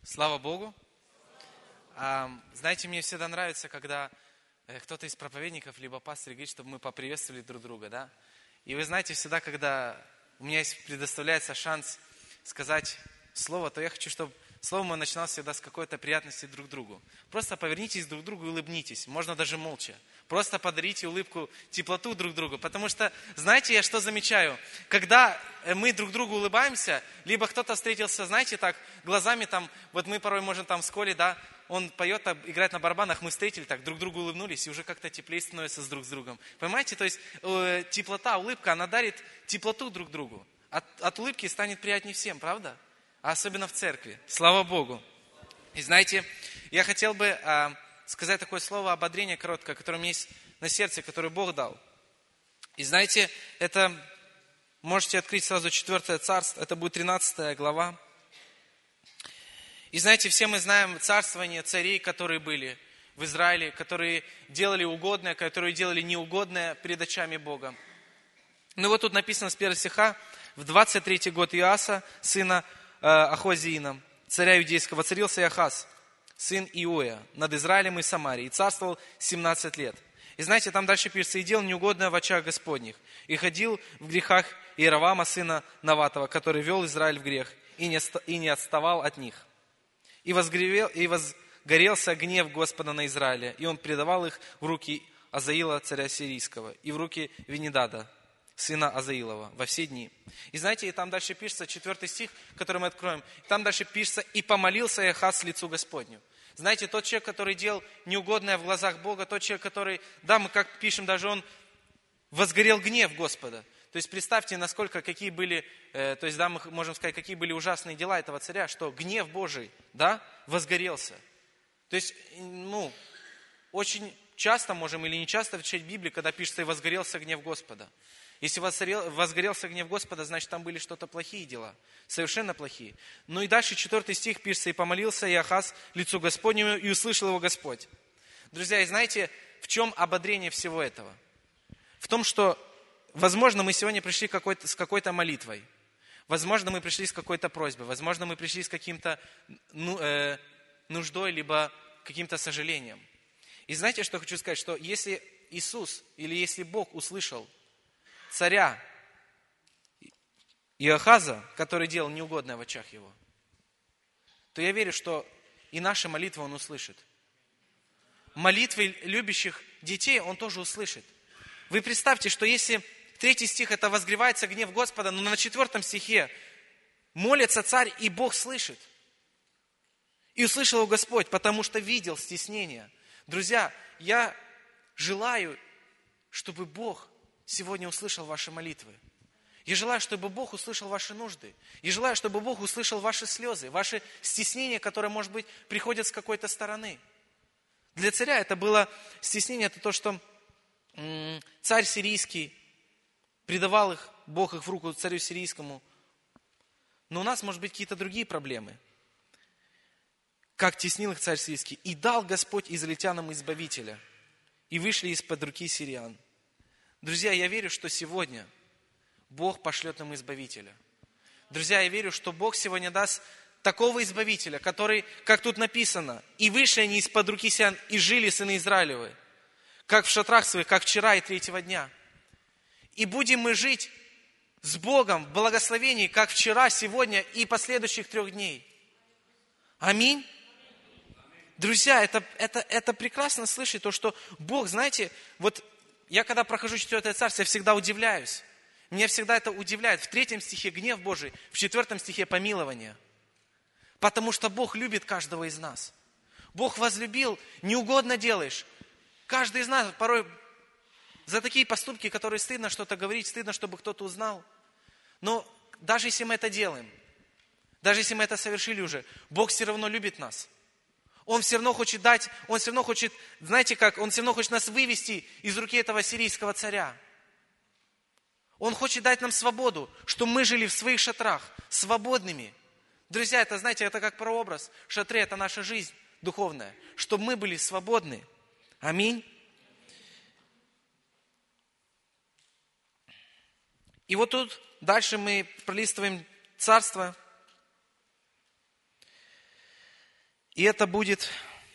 Слава Богу. Знаете, мне всегда нравится, когда кто-то из проповедников, либо пастор говорит, чтобы мы поприветствовали друг друга, да? И вы знаете, всегда, когда у меня предоставляется шанс сказать слово, то я хочу, чтобы слово мое начиналось всегда с какой-то приятности друг к другу. Просто повернитесь друг к другу и улыбнитесь, можно даже молча. Просто подарите улыбку, теплоту друг другу. Потому что, знаете, я что замечаю? Когда мы друг другу улыбаемся, либо кто-то встретился, знаете, так, глазами там, вот мы порой можем там в школе, да, он поет, играет на барабанах, мы встретили так, друг другу улыбнулись, и уже как-то теплее становится друг с другом. Понимаете, то есть теплота, улыбка, она дарит теплоту друг другу. От улыбки станет приятнее всем, правда? А особенно в церкви. Слава Богу. И знаете, я хотел бы сказать такое слово ободрение короткое, которое у меня есть на сердце, которое Бог дал. И знаете, это можете открыть сразу 4 царство, это будет 13 глава. И знаете, все мы знаем царствование царей, которые были в Израиле, которые делали угодное, которые делали неугодное перед очами Бога. Ну вот тут написано с 1 стиха: в 23-й год Иоаса, сына Ахозиина, царя иудейского, воцарился Иохас, сын Иоя, над Израилем и Самарией, и царствовал 17 лет. И знаете, там дальше пишется: и делал неугодное в очах Господних, и ходил в грехах Иеровама, сына Наватова, который вел Израиль в грех, и не отставал от них. И возгорелся гнев Господа на Израиля, и он предавал их в руки Азаила, царя сирийского, и в руки Венедада, сына Азаилова, во все дни. И знаете, и там дальше пишется, 4 стих, который мы откроем, там дальше пишется: и помолился Иохас лицу Господню. Знаете, тот человек, который делал неугодное в глазах Бога, тот человек, который, да, мы как пишем, даже он возгорел гнев Господа. То есть представьте, насколько, какие были, то есть, да, мы можем сказать, какие были ужасные дела этого царя, что гнев Божий, да, возгорелся. То есть, очень часто можем или не часто встречать в Библии, когда пишется: и возгорелся гнев Господа. Если возгорелся гнев Господа, значит, там были что-то плохие дела, совершенно плохие. Ну и дальше 4 стих пишется: и помолился Иохас лицу Господнему, и услышал его Господь. Друзья, и знаете, в чем ободрение всего этого? В том, что, возможно, мы сегодня пришли с какой-то молитвой, возможно, мы пришли с какой-то просьбой, возможно, мы пришли с каким-то нуждой, либо каким-то сожалением. И знаете, что хочу сказать? Что если Иисус, или если Бог услышал царя Иохаза, который делал неугодное в очах его, то я верю, что и наши молитвы Он услышит. Молитвы любящих детей Он тоже услышит. Вы представьте, что если 3 стих это возгревается гнев Господа, но на 4 стихе молится царь, и Бог слышит. И услышал его Господь, потому что видел стеснение. Друзья, я желаю, чтобы Бог сегодня услышал ваши молитвы. Я желаю, чтобы Бог услышал ваши нужды. Я желаю, чтобы Бог услышал ваши слезы, ваши стеснения, которые, может быть, приходят с какой-то стороны. Для царя это было стеснение, это то, что царь сирийский предавал их, Бог их в руку царю сирийскому. Но у нас, может быть, какие-то другие проблемы. Как теснил их царь сирийский. И дал Господь израильтянам избавителя. И вышли из-под руки сириян. Друзья, я верю, что сегодня Бог пошлет нам избавителя. Друзья, я верю, что Бог сегодня даст такого избавителя, который, как тут написано, и вышли они из-под руки сириян, и жили сыны Израилевы, как в шатрах своих, как вчера и 3-го дня. И будем мы жить с Богом в благословении, как вчера, сегодня и последующих 3 дней. Аминь. Друзья, это прекрасно слышать, то, что Бог, знаете, вот я когда прохожу 4 царство, я всегда удивляюсь. Меня всегда это удивляет. В 3 стихе гнев Божий, в 4 стихе помилование. Потому что Бог любит каждого из нас. Бог возлюбил, неугодно делаешь. Каждый из нас порой за такие поступки, которые стыдно что-то говорить, стыдно, чтобы кто-то узнал. Но даже если мы это делаем, даже если мы это совершили уже, Бог все равно любит нас. Он все равно хочет дать, Он все равно хочет, знаете как, Он все равно хочет нас вывести из руки этого сирийского царя. Он хочет дать нам свободу, чтобы мы жили в своих шатрах, свободными. Друзья, это, знаете, это как прообраз. Шатры – это наша жизнь духовная, чтобы мы были свободны. Аминь. И вот тут дальше мы пролистываем царство. И это будет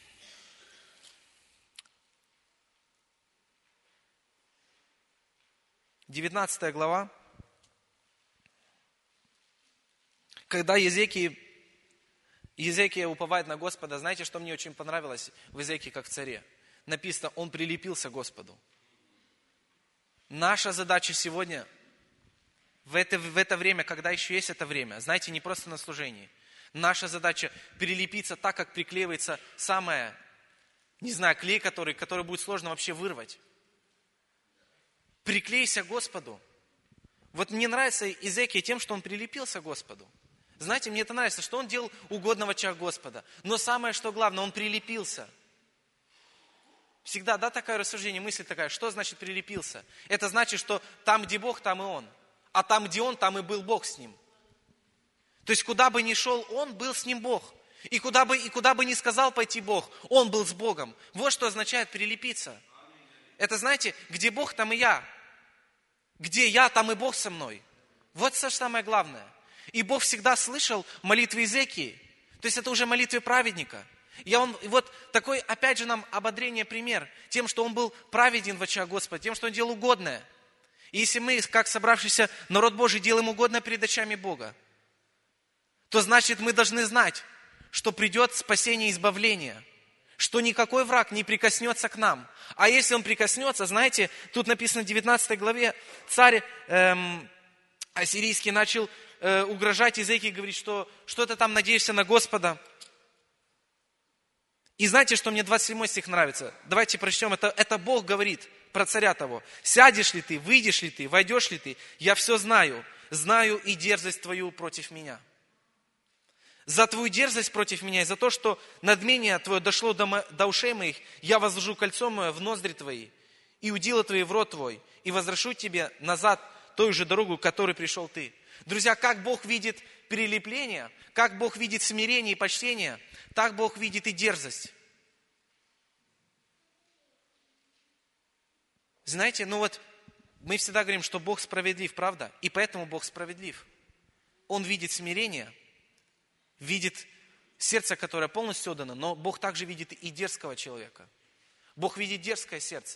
19 глава, когда Езекия уповает на Господа. Знаете, что мне очень понравилось в Езекии, как в царе? Написано, он прилепился к Господу. Наша задача сегодня, в это время, когда еще есть это время, знаете, не просто на служении, наша задача прилепиться так, как приклеивается самое, не знаю, клей, который будет сложно вообще вырвать. Приклейся к Господу. Вот мне нравится Езекия тем, что он прилепился к Господу. Знаете, мне это нравится, что он делал угодно в очах Господа. Но самое, что главное, он прилепился. Всегда, да, такое рассуждение, мысль такая, что значит прилепился? Это значит, что там, где Бог, там и он. А там, где он, там и был Бог с ним. То есть, куда бы ни шел он, был с ним Бог. И куда бы ни сказал пойти Бог, он был с Богом. Вот что означает прилепиться. Это, знаете, где Бог, там и я. Где я, там и Бог со мной. Вот что самое главное. И Бог всегда слышал молитвы Езекии. То есть это уже молитвы праведника. И вот такой, опять же, нам ободрение пример. Тем, что он был праведен в очах Господа, тем, что он делал угодное. И если мы, как собравшийся народ Божий, делаем угодное перед очами Бога, то значит мы должны знать, что придет спасение и избавление. Что никакой враг не прикоснется к нам. А если он прикоснется, знаете, тут написано в 19 главе, царь ассирийский начал угрожать Езекии, говорить, что ты там надеешься на Господа. И знаете, что мне 27 стих нравится? Давайте прочтем. Это Бог говорит про царя того. «Сядешь ли ты, выйдешь ли ты, войдешь ли ты? Я все знаю. Знаю и дерзость твою против меня». За твою дерзость против меня и за то, что надмение твое дошло до ушей моих, я возложу кольцо мое в ноздри твои и удила твои в рот твой, и возвращу тебе назад той же дорогу, к которой пришел ты. Друзья, как Бог видит прилепление, как Бог видит смирение и почтение, так Бог видит и дерзость. Знаете, мы всегда говорим, что Бог справедлив, правда? И поэтому Бог справедлив. Он видит смирение, видит сердце, которое полностью отдано, но Бог также видит и дерзкого человека. Бог видит дерзкое сердце.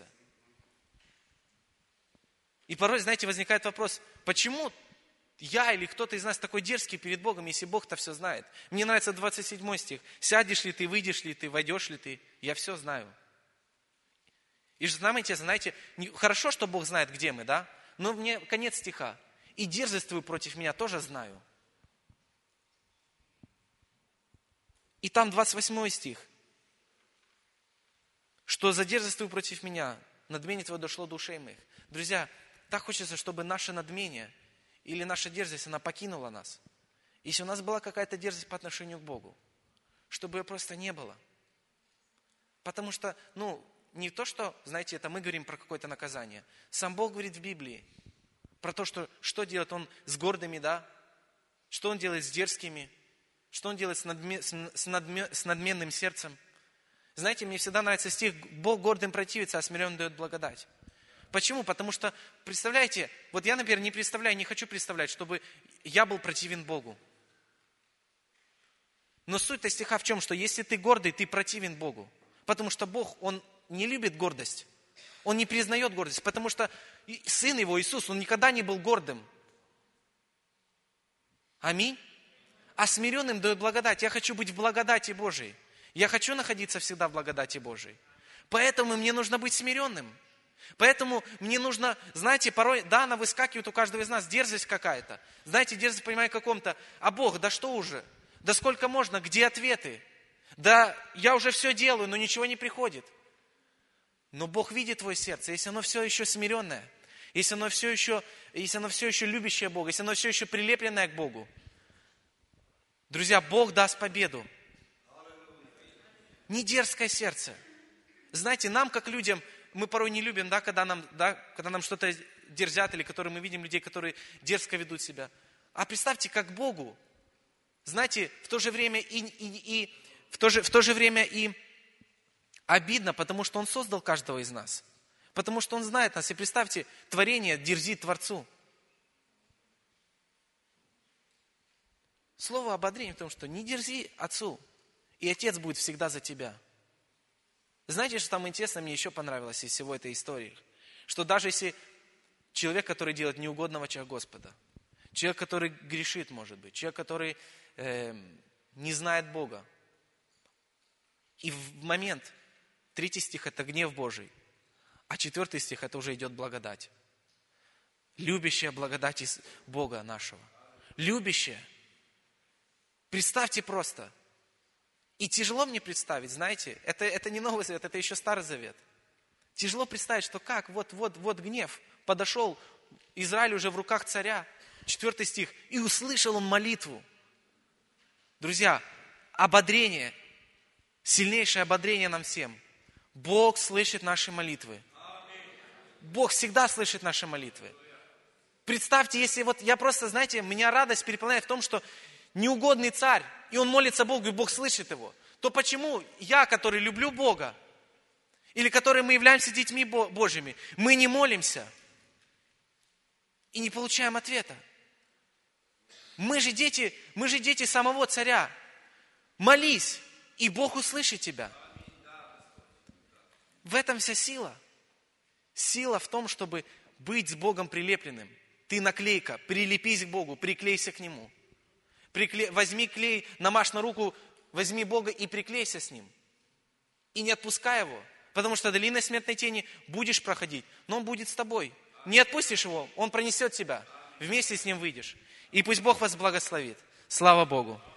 И порой, знаете, возникает вопрос, почему я или кто-то из нас такой дерзкий перед Богом, если Бог-то все знает? Мне нравится 27 стих. «Сядешь ли ты, выйдешь ли ты, войдешь ли ты, я все знаю». И знаете, хорошо, что Бог знает, где мы, да? Но мне конец стиха. «И дерзость твою против меня тоже знаю». И там 28 стих. «Что за дерзость твою против меня, надмение твое дошло до ушей моих». Друзья, так хочется, чтобы наше надмение или наша дерзость, она покинула нас. Если у нас была какая-то дерзость по отношению к Богу, чтобы ее просто не было. Потому что, не то, что, знаете, это мы говорим про какое-то наказание. Сам Бог говорит в Библии про то, что делает Он с гордыми, да? Что Он делает с дерзкими? Что Он делает с надменным сердцем? Знаете, мне всегда нравится стих: «Бог гордым противится, а смиренным дает благодать». Почему? Потому что, представляете, вот я, например, не хочу представлять, чтобы я был противен Богу. Но суть-то стиха в чем? Что если ты гордый, ты противен Богу. Потому что Бог, Он не любит гордость. Он не признает гордость. Потому что Сын Его, Иисус, Он никогда не был гордым. Аминь. А смиренным дает благодать. Я хочу быть в благодати Божией. Я хочу находиться всегда в благодати Божией. Поэтому мне нужно быть смиренным. Поэтому мне нужно, знаете, порой, да, она выскакивает у каждого из нас, дерзость какая-то. Знаете, дерзость, понимаю, каком-то. А Бог, да что уже? Да сколько можно? Где ответы? Да я уже все делаю, но ничего не приходит. Но Бог видит твое сердце, если оно все еще смиренное, если оно все еще любящее Бога, если оно все еще прилепленное к Богу. Друзья, Бог даст победу. Не дерзкое сердце. Знаете, нам, как людям, мы порой не любим, да, когда нам что-то дерзят, или которые мы видим людей, которые дерзко ведут себя. А представьте, как Богу, знаете, в то же время и обидно, потому что Он создал каждого из нас. Потому что Он знает нас. И представьте, творение дерзит Творцу. Слово ободрения в том, что не дерзи Отцу. И Отец будет всегда за тебя. Знаете, что самое интересное, мне еще понравилось из всего этой истории? Что даже если человек, который делает неугодного человека Господа, человек, который грешит, может быть, человек, который не знает Бога, и в момент, 3 стих – это гнев Божий, а 4 стих – это уже идет благодать. Любящая благодать из Бога нашего. Любящая. Представьте просто. И тяжело мне представить, знаете, это не Новый Завет, это еще Старый Завет. Тяжело представить, что как, вот гнев подошел, Израиль уже в руках царя, 4 стих, и услышал он молитву. Друзья, ободрение, сильнейшее ободрение нам всем. Бог слышит наши молитвы. Бог всегда слышит наши молитвы. Представьте, если я просто, знаете, меня радость переполняет в том, что неугодный царь, и он молится Богу, и Бог слышит его, то почему я, который люблю Бога, или который мы являемся детьми Божьими, мы не молимся и не получаем ответа? Мы же дети самого царя. Молись, и Бог услышит тебя. В этом вся сила. Сила в том, чтобы быть с Богом прилепленным. Ты наклейка, прилепись к Богу, приклейся к Нему. Возьми клей, намажь на руку, возьми Бога и приклейся с Ним. И не отпускай Его, потому что долиной смертной тени будешь проходить, но Он будет с тобой. Не отпустишь Его, Он пронесет тебя, вместе с Ним выйдешь. И пусть Бог вас благословит. Слава Богу!